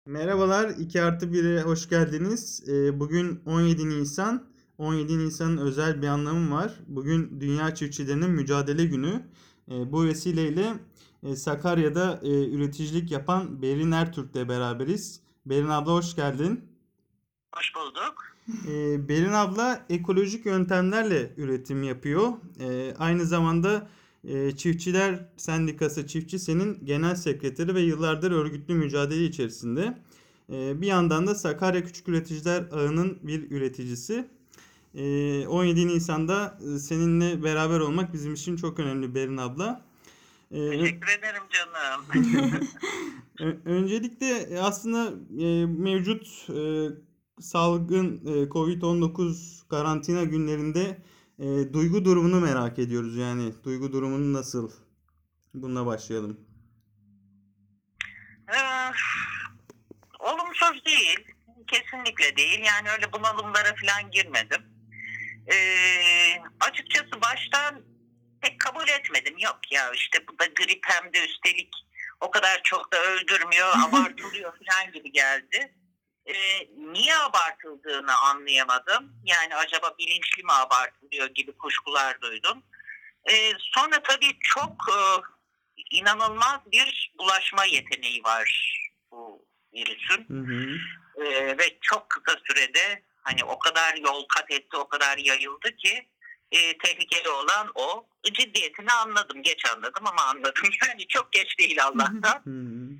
Merhabalar, 2 artı 1'e hoş geldiniz. Bugün 17 Nisan. 17 Nisan'ın özel bir anlamı var. Bugün Dünya Çiftçilerinin Mücadele Günü. Bu vesileyle Sakarya'da üreticilik yapan Berin Ertürk'le beraberiz. Berin abla hoş geldin. Hoş bulduk. Berin abla ekolojik yöntemlerle üretim yapıyor. Aynı zamanda Çiftçiler Sendikası Çiftçi Sen'in genel sekreteri ve yıllardır örgütlü mücadele içerisinde. Bir yandan da Sakarya Küçük Üreticiler Ağı'nın bir üreticisi. 17 Nisan'da seninle beraber olmak bizim için çok önemli Berin abla. Ee, Teşekkür ederim canım. Öncelikle aslında mevcut salgın Covid-19 karantina günlerinde duygu durumunu merak ediyoruz. Yani duygu durumun nasıl? Bununla başlayalım. Ee, Olumsuz değil. Kesinlikle değil. Yani öyle bunalımlara falan girmedim. Açıkçası baştan pek kabul etmedim. Yok ya işte bu da grip hem de üstelik o kadar çok da öldürmüyor, abartılıyor falan gibi geldi. Niye abartıldığını anlayamadım. Yani acaba bilinçli mi abartılıyor gibi kuşkular duydum. Sonra tabii çok inanılmaz bir bulaşma yeteneği var bu virüsün. Hı hı. Ve çok kısa sürede hani o kadar yol kat etti, o kadar yayıldı ki tehlikeli olan o. Ciddiyetini anladım, geç anladım ama anladım. Yani çok geç değil Allah'tan. Hı hı.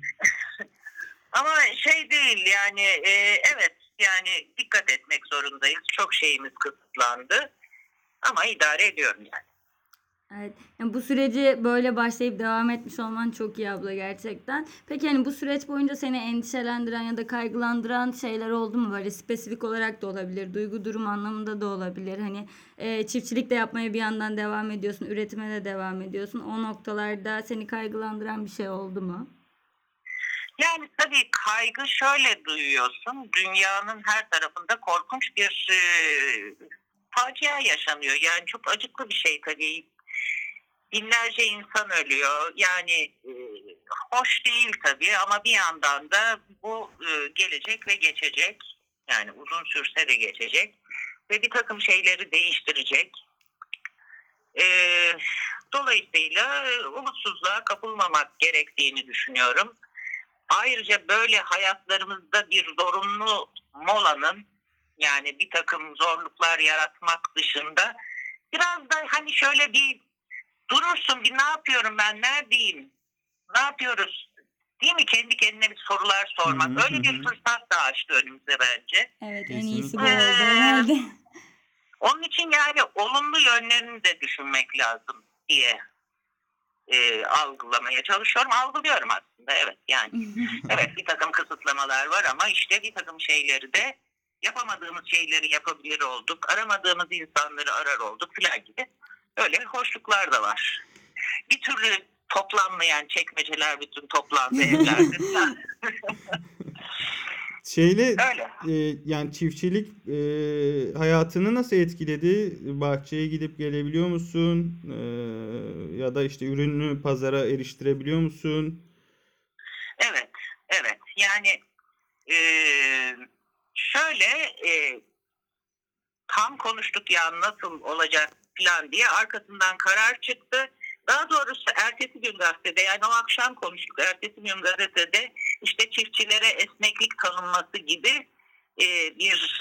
Ama şey değil yani evet yani dikkat etmek zorundayız. Çok şeyimiz kısıtlandı ama idare ediyorum yani. Evet. Yani bu süreci böyle başlayıp devam etmiş olman çok iyi abla gerçekten. Peki hani bu süreç boyunca seni endişelendiren ya da kaygılandıran şeyler oldu mu? Böyle spesifik olarak da olabilir, duygu durum anlamında da olabilir. Hani çiftçilik de yapmaya bir yandan devam ediyorsun, üretime de devam ediyorsun. O noktalarda seni kaygılandıran bir şey oldu mu? Yani tabii kaygı şöyle duyuyorsun. Dünyanın her tarafında korkunç bir facia yaşanıyor. Yani çok acıklı bir şey tabii. Binlerce insan ölüyor. Yani hoş değil tabii ama bir yandan da bu gelecek ve geçecek. Yani uzun sürse de geçecek. Ve bir takım şeyleri değiştirecek. E, Dolayısıyla umutsuzluğa kapılmamak gerektiğini düşünüyorum. Ayrıca böyle hayatlarımızda bir zorunlu molanın yani bir takım zorluklar yaratmak dışında biraz da hani şöyle bir durursun bir ne yapıyorum ben neredeyim ne yapıyoruz değil mi kendi kendine bir sorular Hı sormak hı. öyle bir fırsat da açtı önümüze bence. Evet, en iyisi bu Kesinlikle. oldu Ee, herhalde. Onun için yani olumlu yönlerini de düşünmek lazım diye algılamaya çalışıyorum. Algılıyorum aslında evet yani. Evet bir takım kısıtlamalar var ama işte bir takım şeyleri de yapamadığımız şeyleri yapabilir olduk. Aramadığımız insanları arar olduk filan gibi. Öyle hoşluklar da var. Bir türlü toplanmayan çekmeceler bütün toplandı evlerde filan. Şeyle Öyle. yani çiftçilik hayatını nasıl etkiledi? Bahçeye gidip gelebiliyor musun? Ya da işte ürünü pazara eriştirebiliyor musun? Evet, evet. Yani e, şöyle tam konuştuk ya nasıl olacak falan diye arkasından karar çıktı. Daha doğrusu ertesi gün gazetede yani o akşam konuştuk. Ertesi gün gazetede işte çiftçilere esneklik tanınması gibi bir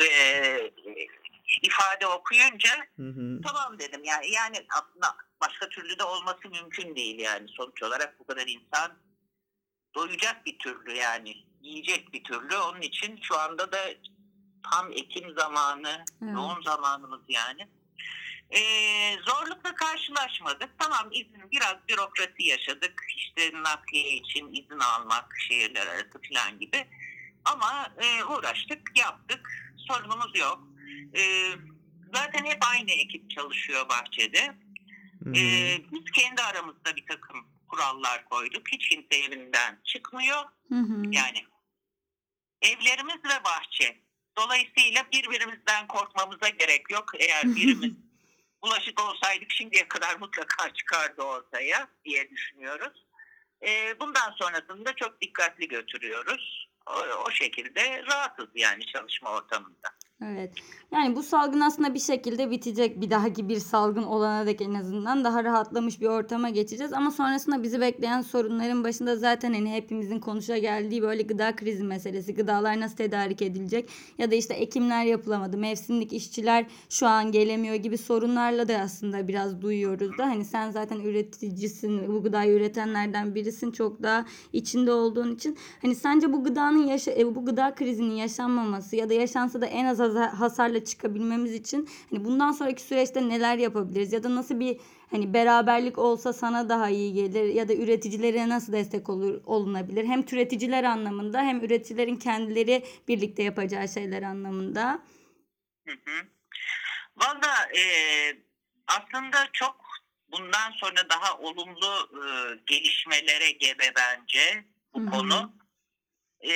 ifade okuyunca Hı hı. tamam dedim. Yani aslında başka türlü de olması mümkün değil yani sonuç olarak bu kadar insan doyacak bir türlü yani yiyecek bir türlü. Onun için şu anda da tam ekim zamanı, Evet. yoğun zamanımız yani. Zorlukla karşılaşmadık. Tamam izin biraz bürokrasi yaşadık. İşte nakliye için izin almak şehirler arası falan gibi. Ama uğraştık, yaptık. Sorunumuz yok. E, Zaten hep aynı ekip çalışıyor bahçede. Hı hı. Biz kendi aramızda bir takım kurallar koyduk. Hiç kimse evinden çıkmıyor. Hı hı. Yani evlerimiz ve bahçe. Dolayısıyla birbirimizden korkmamıza gerek yok. Eğer birimiz bulaşık olsaydık şimdiye kadar mutlaka çıkardı ortaya diye düşünüyoruz. Bundan sonrasını da çok dikkatli götürüyoruz. o şekilde rahatız yani çalışma ortamında. Evet. Yani bu salgın aslında bir şekilde bitecek. Bir dahaki bir salgın olana dek en azından daha rahatlamış bir ortama geçeceğiz. Ama sonrasında bizi bekleyen sorunların başında zaten hani hepimizin konuşa geldiği böyle gıda krizi meselesi. Gıdalar nasıl tedarik edilecek? Ya da işte ekimler yapılamadı. Mevsimlik işçiler şu an gelemiyor gibi sorunlarla da aslında biraz duyuyoruz da. Hani sen zaten üreticisin, bu gıdayı üretenlerden birisin. Çok daha içinde olduğun için. Hani sence bu bu gıda krizinin yaşanmaması ya da yaşansa da en az hasarla çıkabilmemiz için hani bundan sonraki süreçte neler yapabiliriz ya da nasıl bir hani beraberlik olsa sana daha iyi gelir ya da üreticilere nasıl destek olunabilir? Hem türeticiler anlamında hem üreticilerin kendileri birlikte yapacağı şeyler anlamında. Hı hı. Valla aslında çok bundan sonra daha olumlu gelişmelere gebe bence Hı bu hı. konu. E,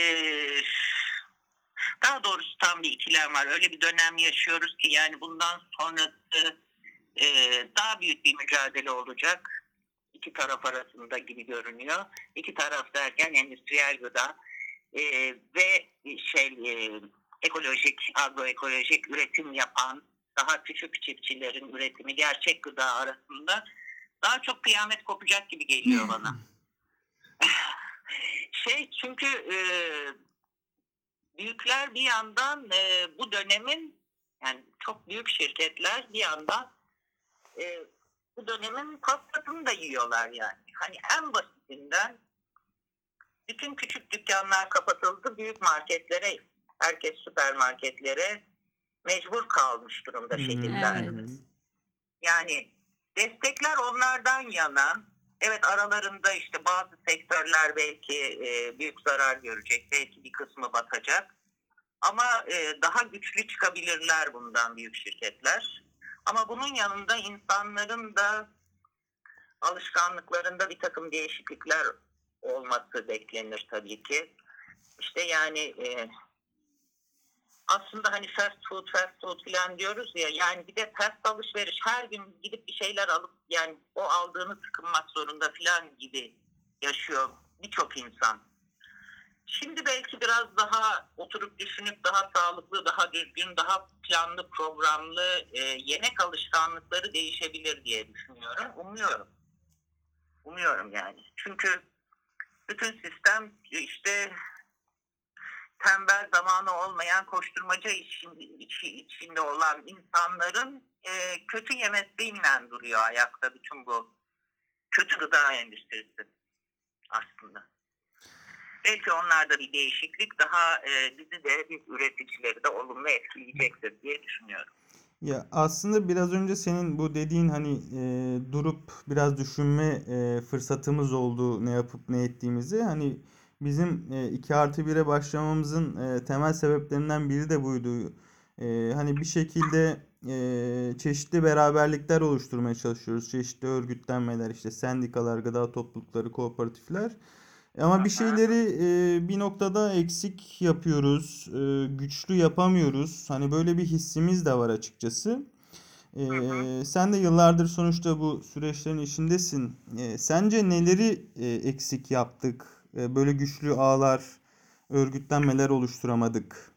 Daha doğrusu tam bir ikilem var. Öyle bir dönem yaşıyoruz ki yani bundan sonrası daha büyük bir mücadele olacak. İki taraf arasında gibi görünüyor. İki taraf derken endüstriyel gıda ve ekolojik, agroekolojik üretim yapan daha küçük çiftçilerin üretimi gerçek gıda arasında daha çok kıyamet kopacak gibi geliyor bana. Çünkü büyükler bir yandan bu dönemin yani çok büyük şirketler bir yandan bu dönemin patlatını da yiyorlar yani. Hani en basitinden bütün küçük dükkanlar kapatıldı. Büyük marketlere, herkes süpermarketlere mecbur kalmış durumda şekiller. Evet. Yani destekler onlardan yana. Evet aralarında işte bazı sektörler belki büyük zarar görecek. Belki bir kısmı batacak. Ama daha güçlü çıkabilirler bundan büyük şirketler. Ama bunun yanında insanların da alışkanlıklarında bir takım değişiklikler olması beklenir tabii ki. İşte yani aslında hani fast food falan diyoruz ya yani bir de fast alışveriş her gün gidip bir şeyler alıp yani o aldığını tıkınmak zorunda falan gibi yaşıyor birçok insan. Şimdi belki biraz daha oturup düşünüp daha sağlıklı, daha düzgün, daha planlı, programlı yemek alışkanlıkları değişebilir diye düşünüyorum. Umuyorum yani. Çünkü bütün sistem işte tembel zamanı olmayan koşturmaca içinde olan insanların kötü yemesiyle duruyor ayakta bütün bu kötü gıda endüstrisi aslında. Belki onlarda bir değişiklik daha bizi de biz üreticileri de olumlu etkileyecektir diye düşünüyorum. Ya aslında biraz önce senin bu dediğin hani durup biraz düşünme fırsatımız oldu ne yapıp ne ettiğimizi. Hani bizim 2+1'e başlamamızın temel sebeplerinden biri de buydu. Hani bir şekilde çeşitli beraberlikler oluşturmaya çalışıyoruz. Çeşitli örgütlenmeler işte sendikalar, gıda toplulukları, kooperatifler. Ama bir şeyleri bir noktada eksik yapıyoruz, güçlü yapamıyoruz. Hani böyle bir hissimiz de var açıkçası. Sen de yıllardır sonuçta bu süreçlerin içindesin. Sence neleri eksik yaptık? Böyle güçlü ağlar, örgütlenmeler oluşturamadık.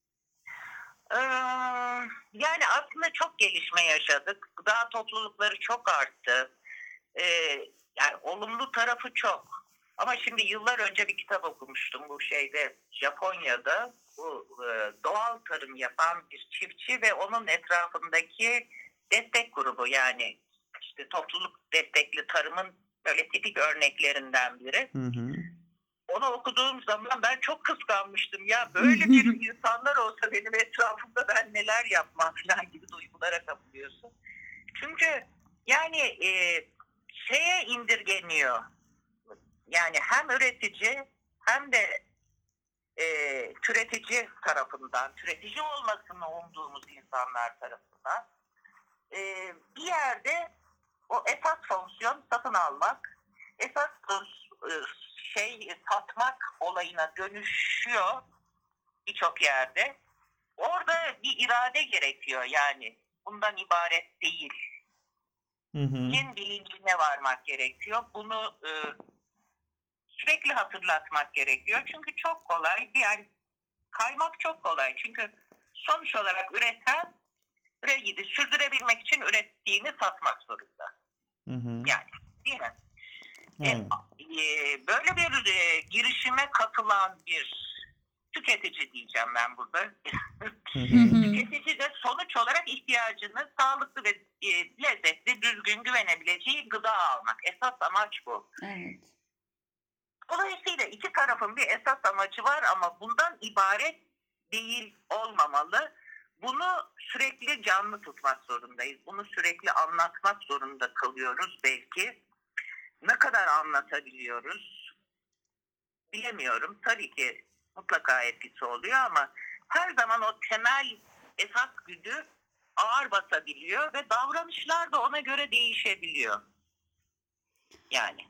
Ee, Yani aslında çok gelişme yaşadık. Gıda toplulukları çok arttı. Ee, Yani olumlu tarafı çok. Ama şimdi yıllar önce bir kitap okumuştum bu Japonya'da bu doğal tarım yapan bir çiftçi ve onun etrafındaki destek grubu yani işte topluluk destekli tarımın böyle tipik örneklerinden biri. Hı hı. Onu okuduğum zaman ben çok kıskanmıştım ya böyle bir insanlar olsa benim etrafımda ben neler yapmam falan gibi duygulara kapılıyorsun. Çünkü yani şeye indirgeniyor. Yani hem üretici hem de türetici olmasını umduğumuz insanlar tarafından bir yerde o esas fonksiyon satın almak, esas satmak olayına dönüşüyor birçok yerde. Orada bir irade gerekiyor yani. Bundan ibaret değil. Hı hı. Bilincine varmak gerekiyor. Bunu sürekli hatırlatmak gerekiyor. Çünkü çok kolay, yani kaymak çok kolay. Çünkü sonuç olarak üreten sürdürebilmek için ürettiğini satmak zorunda. Hı hı. Yani değil mi? Aynen. Böyle bir girişime katılan bir tüketici diyeceğim ben burada. Hı Hı hı. hı. Tüketici de sonuç olarak ihtiyacını sağlıklı ve lezzetli, düzgün, güvenebileceği gıda almak. Esas amaç bu. Evet. Dolayısıyla iki tarafın bir esas amacı var ama bundan ibaret değil, olmamalı. Bunu sürekli canlı tutmak zorundayız. Bunu sürekli anlatmak zorunda kalıyoruz belki. Ne kadar anlatabiliyoruz bilemiyorum. Tabii ki mutlaka etkisi oluyor ama her zaman o temel esas güdü ağır basabiliyor ve davranışlar da ona göre değişebiliyor. Yani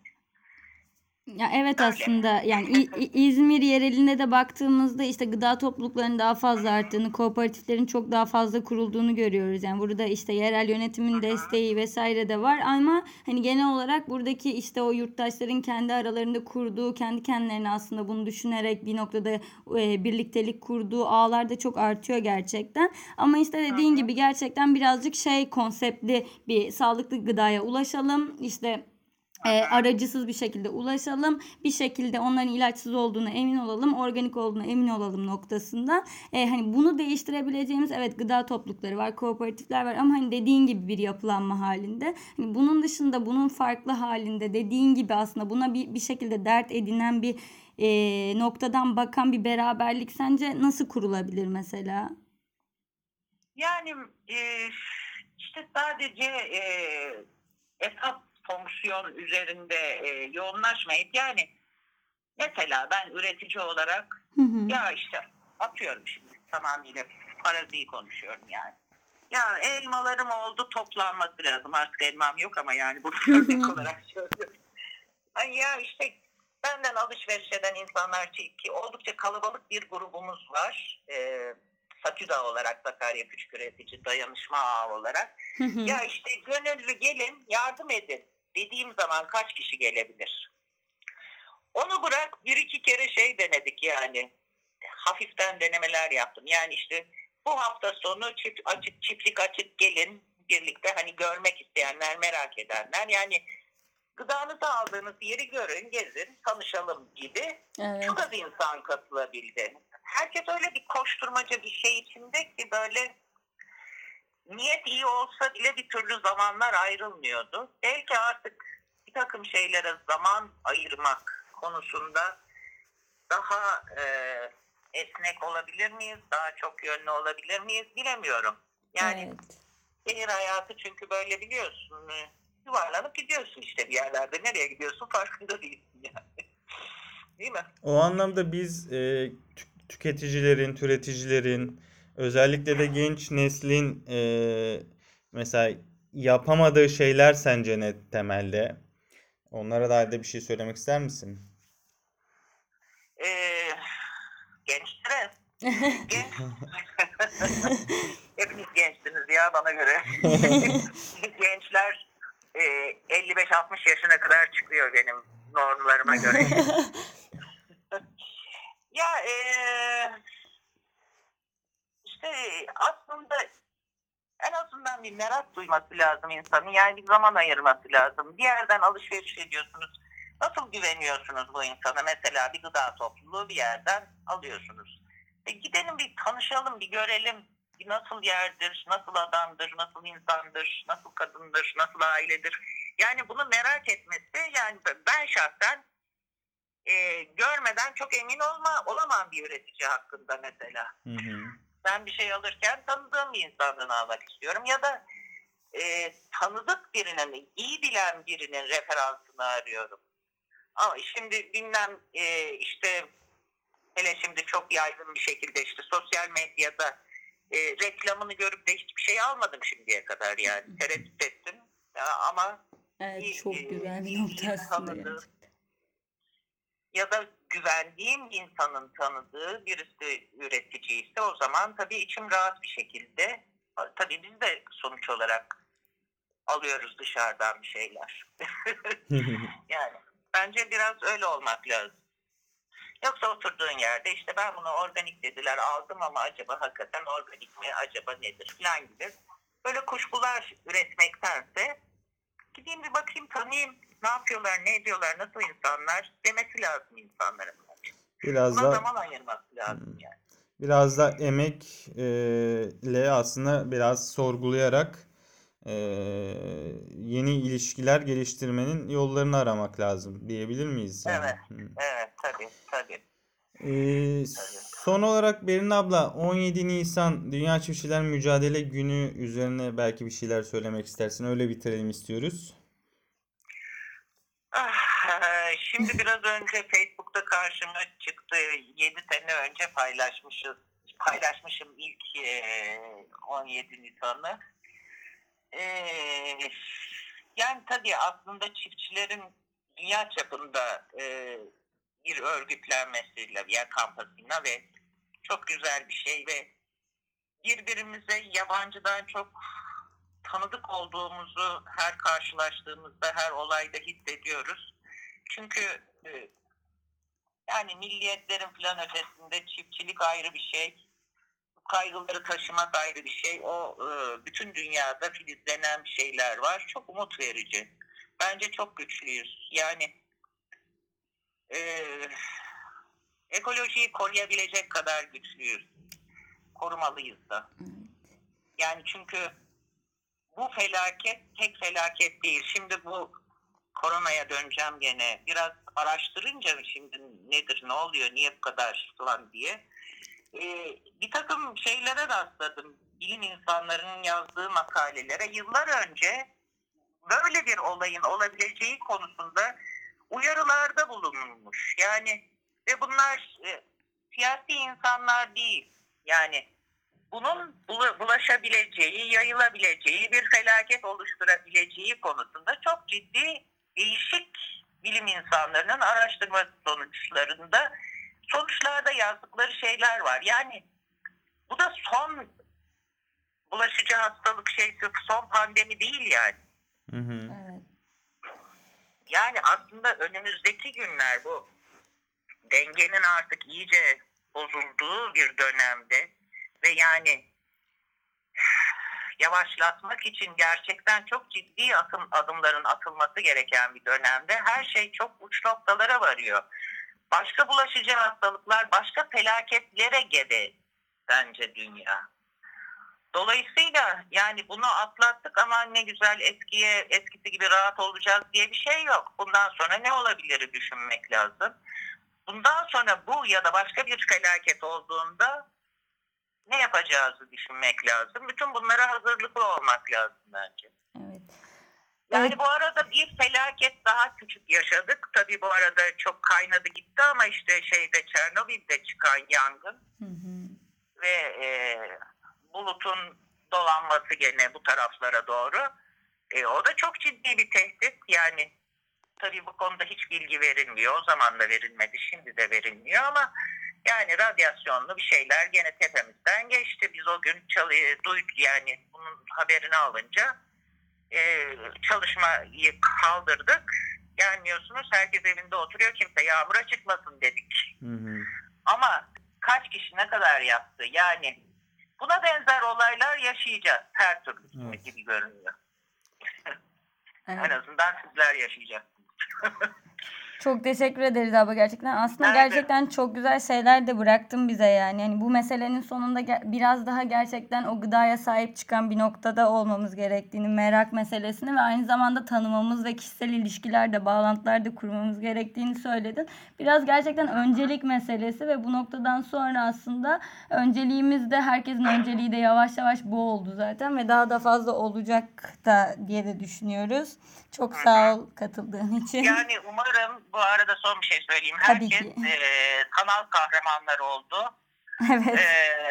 Ya evet, öyle. aslında yani İzmir yerelinde de baktığımızda işte gıda topluluklarının daha fazla arttığını, kooperatiflerin çok daha fazla kurulduğunu görüyoruz. Yani burada işte yerel yönetimin desteği vesaire de var ama hani genel olarak buradaki işte o yurttaşların kendi aralarında kurduğu, kendi kendilerine aslında bunu düşünerek bir noktada birliktelik kurduğu ağlar da çok artıyor gerçekten. Ama işte dediğin gibi gerçekten birazcık konseptli bir sağlıklı gıdaya ulaşalım. İşte aracısız bir şekilde ulaşalım. Bir şekilde onların ilaçsız olduğuna emin olalım. Organik olduğuna emin olalım noktasında. Hani bunu değiştirebileceğimiz evet gıda toplulukları var, kooperatifler var ama hani dediğin gibi bir yapılanma halinde. Hani bunun dışında bunun farklı halinde dediğin gibi aslında buna bir şekilde dert edinen bir noktadan bakan bir beraberlik sence nasıl kurulabilir mesela? Yani işte sadece esas fonksiyon üzerinde yoğunlaşmayıp yani mesela ben üretici olarak Hı hı. ya işte atıyorum şimdi tamamıyla farazi konuşuyorum yani. Ya elmalarım oldu toplanması lazım. Artık elmam yok ama yani bunu örnek olarak söylüyorum. Ay ya işte benden alışveriş eden insanlar ki oldukça kalabalık bir grubumuz var. Saküda olarak Sakarya Küçük Üretici Dayanışma Ağı olarak. Hı hı. Ya işte gönüllü gelin yardım edin dediğim zaman kaç kişi gelebilir? Onu bırak bir iki kere denedik yani. Hafiften denemeler yaptım. Yani işte bu hafta sonu çiftlik açık gelin birlikte hani görmek isteyenler merak edenler yani gıdanızı aldığınız yeri görün, gezin, tanışalım gibi Evet. çok az insan katılabildi. Herkes öyle bir koşturmaca bir şey içinde ki böyle niyet iyi olsa bile bir türlü zamanlar ayrılmıyordu. Belki artık bir takım şeylere zaman ayırmak konusunda daha esnek olabilir miyiz? Daha çok yönlü olabilir miyiz? Bilemiyorum. Yani Evet. şehir hayatı çünkü böyle biliyorsun. Yuvarlanıp gidiyorsun işte bir yerlerde. Nereye gidiyorsun farkında değilsin yani. Değil mi? O anlamda biz tüketicilerin, türeticilerin, özellikle de genç neslin mesela yapamadığı şeyler sence ne temelde? Onlara dair de bir şey söylemek ister misin? Ee, gençlere genç hepiniz gençsiniz ya bana göre. Gençler 55-60 yaşına kadar çıkıyor benim normlarıma göre. Ya işte aslında en azından bir merak duyması lazım insanın. Yani bir zaman ayırması lazım. Bir yerden alışveriş ediyorsunuz. Nasıl güveniyorsunuz bu insana? Mesela bir gıda topluluğu bir yerden alıyorsunuz. Gidelim bir tanışalım, bir görelim. Bir nasıl yerdir, nasıl adamdır, nasıl insandır, nasıl kadındır, nasıl ailedir. Yani bunu merak etmesi, yani ben şahsen görmeden çok emin olamam bir üretici hakkında mesela. Hı hı. Ben bir şey alırken tanıdığım bir insandan almak istiyorum ya da tanıdık birinin, iyi bilen birinin referansını arıyorum. Ama şimdi bilmem işte hele şimdi çok yaygın bir şekilde işte sosyal medyada reklamını görüp de hiçbir şey almadım şimdiye kadar yani. Tereddüt ettim ama Evet, çok güzel bir bildiğim, nokta aslında tanıdığım gerçekten. ya da güvendiğim insanın tanıdığı birisi üreticiyse o zaman tabii içim rahat bir şekilde. Tabii biz de sonuç olarak alıyoruz dışarıdan bir şeyler. Yani Bence biraz öyle olmak lazım. Yoksa oturduğun yerde işte ben bunu organik dediler aldım ama acaba hakikaten organik mi, acaba nedir falan gibi. Böyle kuşkular üretmektense gideyim bir bakayım, tanıyayım, ne yapıyorlar, ne ediyorlar, nasıl insanlar demesi lazım insanların. Biraz Buna da zaman ayırması lazım yani. biraz da emekle aslında biraz sorgulayarak e, yeni ilişkiler geliştirmenin yollarını aramak lazım diyebilir miyiz yani? Evet, evet, tabii. Son olarak Berin abla 17 Nisan Dünya Çiftçiler Mücadele Günü üzerine belki bir şeyler söylemek istersin. Öyle bitirelim istiyoruz. Şimdi biraz önce Facebook'ta karşıma çıktı. 7 sene önce paylaşmışım ilk 17 Nisan'ı. Ee, Yani tabii aslında çiftçilerin dünya çapında bir örgütlenmesiyle ya kampanyasıyla ve çok güzel bir şey ve birbirimize yabancıdan çok tanıdık olduğumuzu her karşılaştığımızda, her olayda hissediyoruz. Çünkü yani milliyetlerin falan ötesinde çiftçilik ayrı bir şey. Kaygıları taşımak ayrı bir şey. O bütün dünyada filizlenen şeyler var. Çok umut verici. Bence çok güçlüyüz. Yani e, ekolojiyi koruyabilecek kadar güçlüyüz. Korumalıyız da. Yani çünkü bu felaket tek felaket değil. Şimdi bu koronaya döneceğim gene. Biraz araştırınca şimdi nedir, ne oluyor, niye bu kadar falan diye. Bir takım şeylere rastladım. Bilim insanlarının yazdığı makalelere yıllar önce böyle bir olayın olabileceği konusunda uyarılarda bulunulmuş. Yani ve bunlar siyasi insanlar değil. Yani bunun bulaşabileceği, yayılabileceği, bir felaket oluşturabileceği konusunda çok ciddi değişik bilim insanlarının araştırma sonuçlarda yazdıkları şeyler var. Yani bu da son bulaşıcı hastalık son pandemi değil yani. Hı hı. Evet. Yani aslında önümüzdeki günler bu dengenin artık iyice bozulduğu bir dönemde ve yani yavaşlatmak için gerçekten çok ciddi adımların atılması gereken bir dönemde her şey çok uç noktalara varıyor. Başka bulaşıcı hastalıklar, başka felaketlere gebe bence dünya. Dolayısıyla yani bunu atlattık ama ne güzel eskisi gibi rahat olacağız diye bir şey yok. Bundan sonra ne olabilir düşünmek lazım. Bundan sonra bu ya da başka bir felaket olduğunda ne yapacağızı düşünmek lazım. Bütün bunlara hazırlıklı olmak lazım bence. Evet. Yani bu arada bir felaket daha küçük yaşadık. Tabii bu arada çok kaynadı gitti ama işte Çernobil'de çıkan yangın ve bulutun dolanması gene bu taraflara doğru. O da çok ciddi bir tehdit. Yani tabii bu konuda hiç bilgi verilmiyor. O zaman da verilmedi, şimdi de verilmiyor ama yani radyasyonlu bir şeyler gene tepemizden geçti. Biz o gün duyduk yani bunun haberini alınca çalışmayı kaldırdık. Gelmiyorsunuz, herkes evinde oturuyor, kimse yağmura çıkmasın dedik. Hı hı. Ama kaç kişi ne kadar yaptı? Yani buna benzer olaylar yaşayacağız her türlü Evet. gibi görünüyor. Evet. En azından sizler yaşayacaksınız. Çok teşekkür ederiz abla gerçekten. Aslında Rica ederim. gerçekten çok güzel şeyler de bıraktın bize yani. Yani bu meselenin sonunda biraz daha gerçekten o gıdaya sahip çıkan bir noktada olmamız gerektiğini, merak meselesini ve aynı zamanda tanımamız ve kişisel ilişkilerde, bağlantılarda kurmamız gerektiğini söyledin. Biraz gerçekten öncelik meselesi ve bu noktadan sonra aslında önceliğimiz de herkesin önceliği de yavaş yavaş bu oldu zaten ve daha da fazla olacak da diye de düşünüyoruz. Çok sağ ol katıldığın için. Yani umarım, bu arada son bir şey söyleyeyim. Tabii Herkes ki. kanal kahramanları oldu. Evet.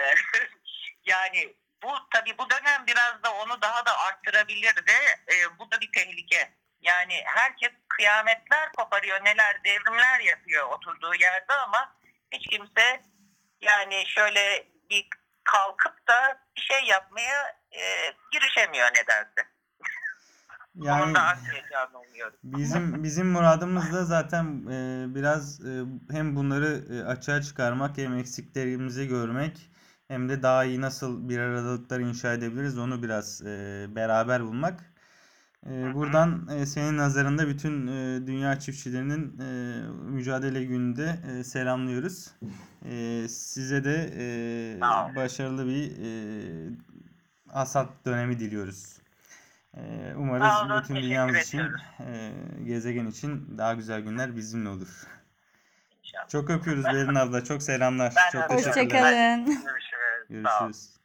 Yani tabii bu dönem biraz da onu daha da arttırabilirdi. Bu da bir tehlike. Yani herkes kıyametler koparıyor, neler devrimler yapıyor oturduğu yerde ama hiç kimse yani şöyle bir kalkıp da bir şey yapmaya girişemiyor nedense. Yani Onun da artmayacağını umuyorum. bizim muradımız da zaten biraz hem bunları açığa çıkarmak, hem eksiklerimizi görmek, hem de daha iyi nasıl bir aradalıklar inşa edebiliriz onu biraz beraber bulmak. Buradan senin nazarında bütün dünya çiftçilerinin mücadele gününde selamlıyoruz. Size de Sağ ol. başarılı bir hasat dönemi diliyoruz. Umarız Sağ olun, bütün teşekkür dünyamız için, ediyoruz. gezegen için daha güzel günler bizimle olur. İnşallah. Çok öpüyoruz Berin abla. Çok selamlar. Ben Çok öpüyorum. teşekkürler. Hoşçakalın. Görüşürüz. Sağ ol. Görüşürüz.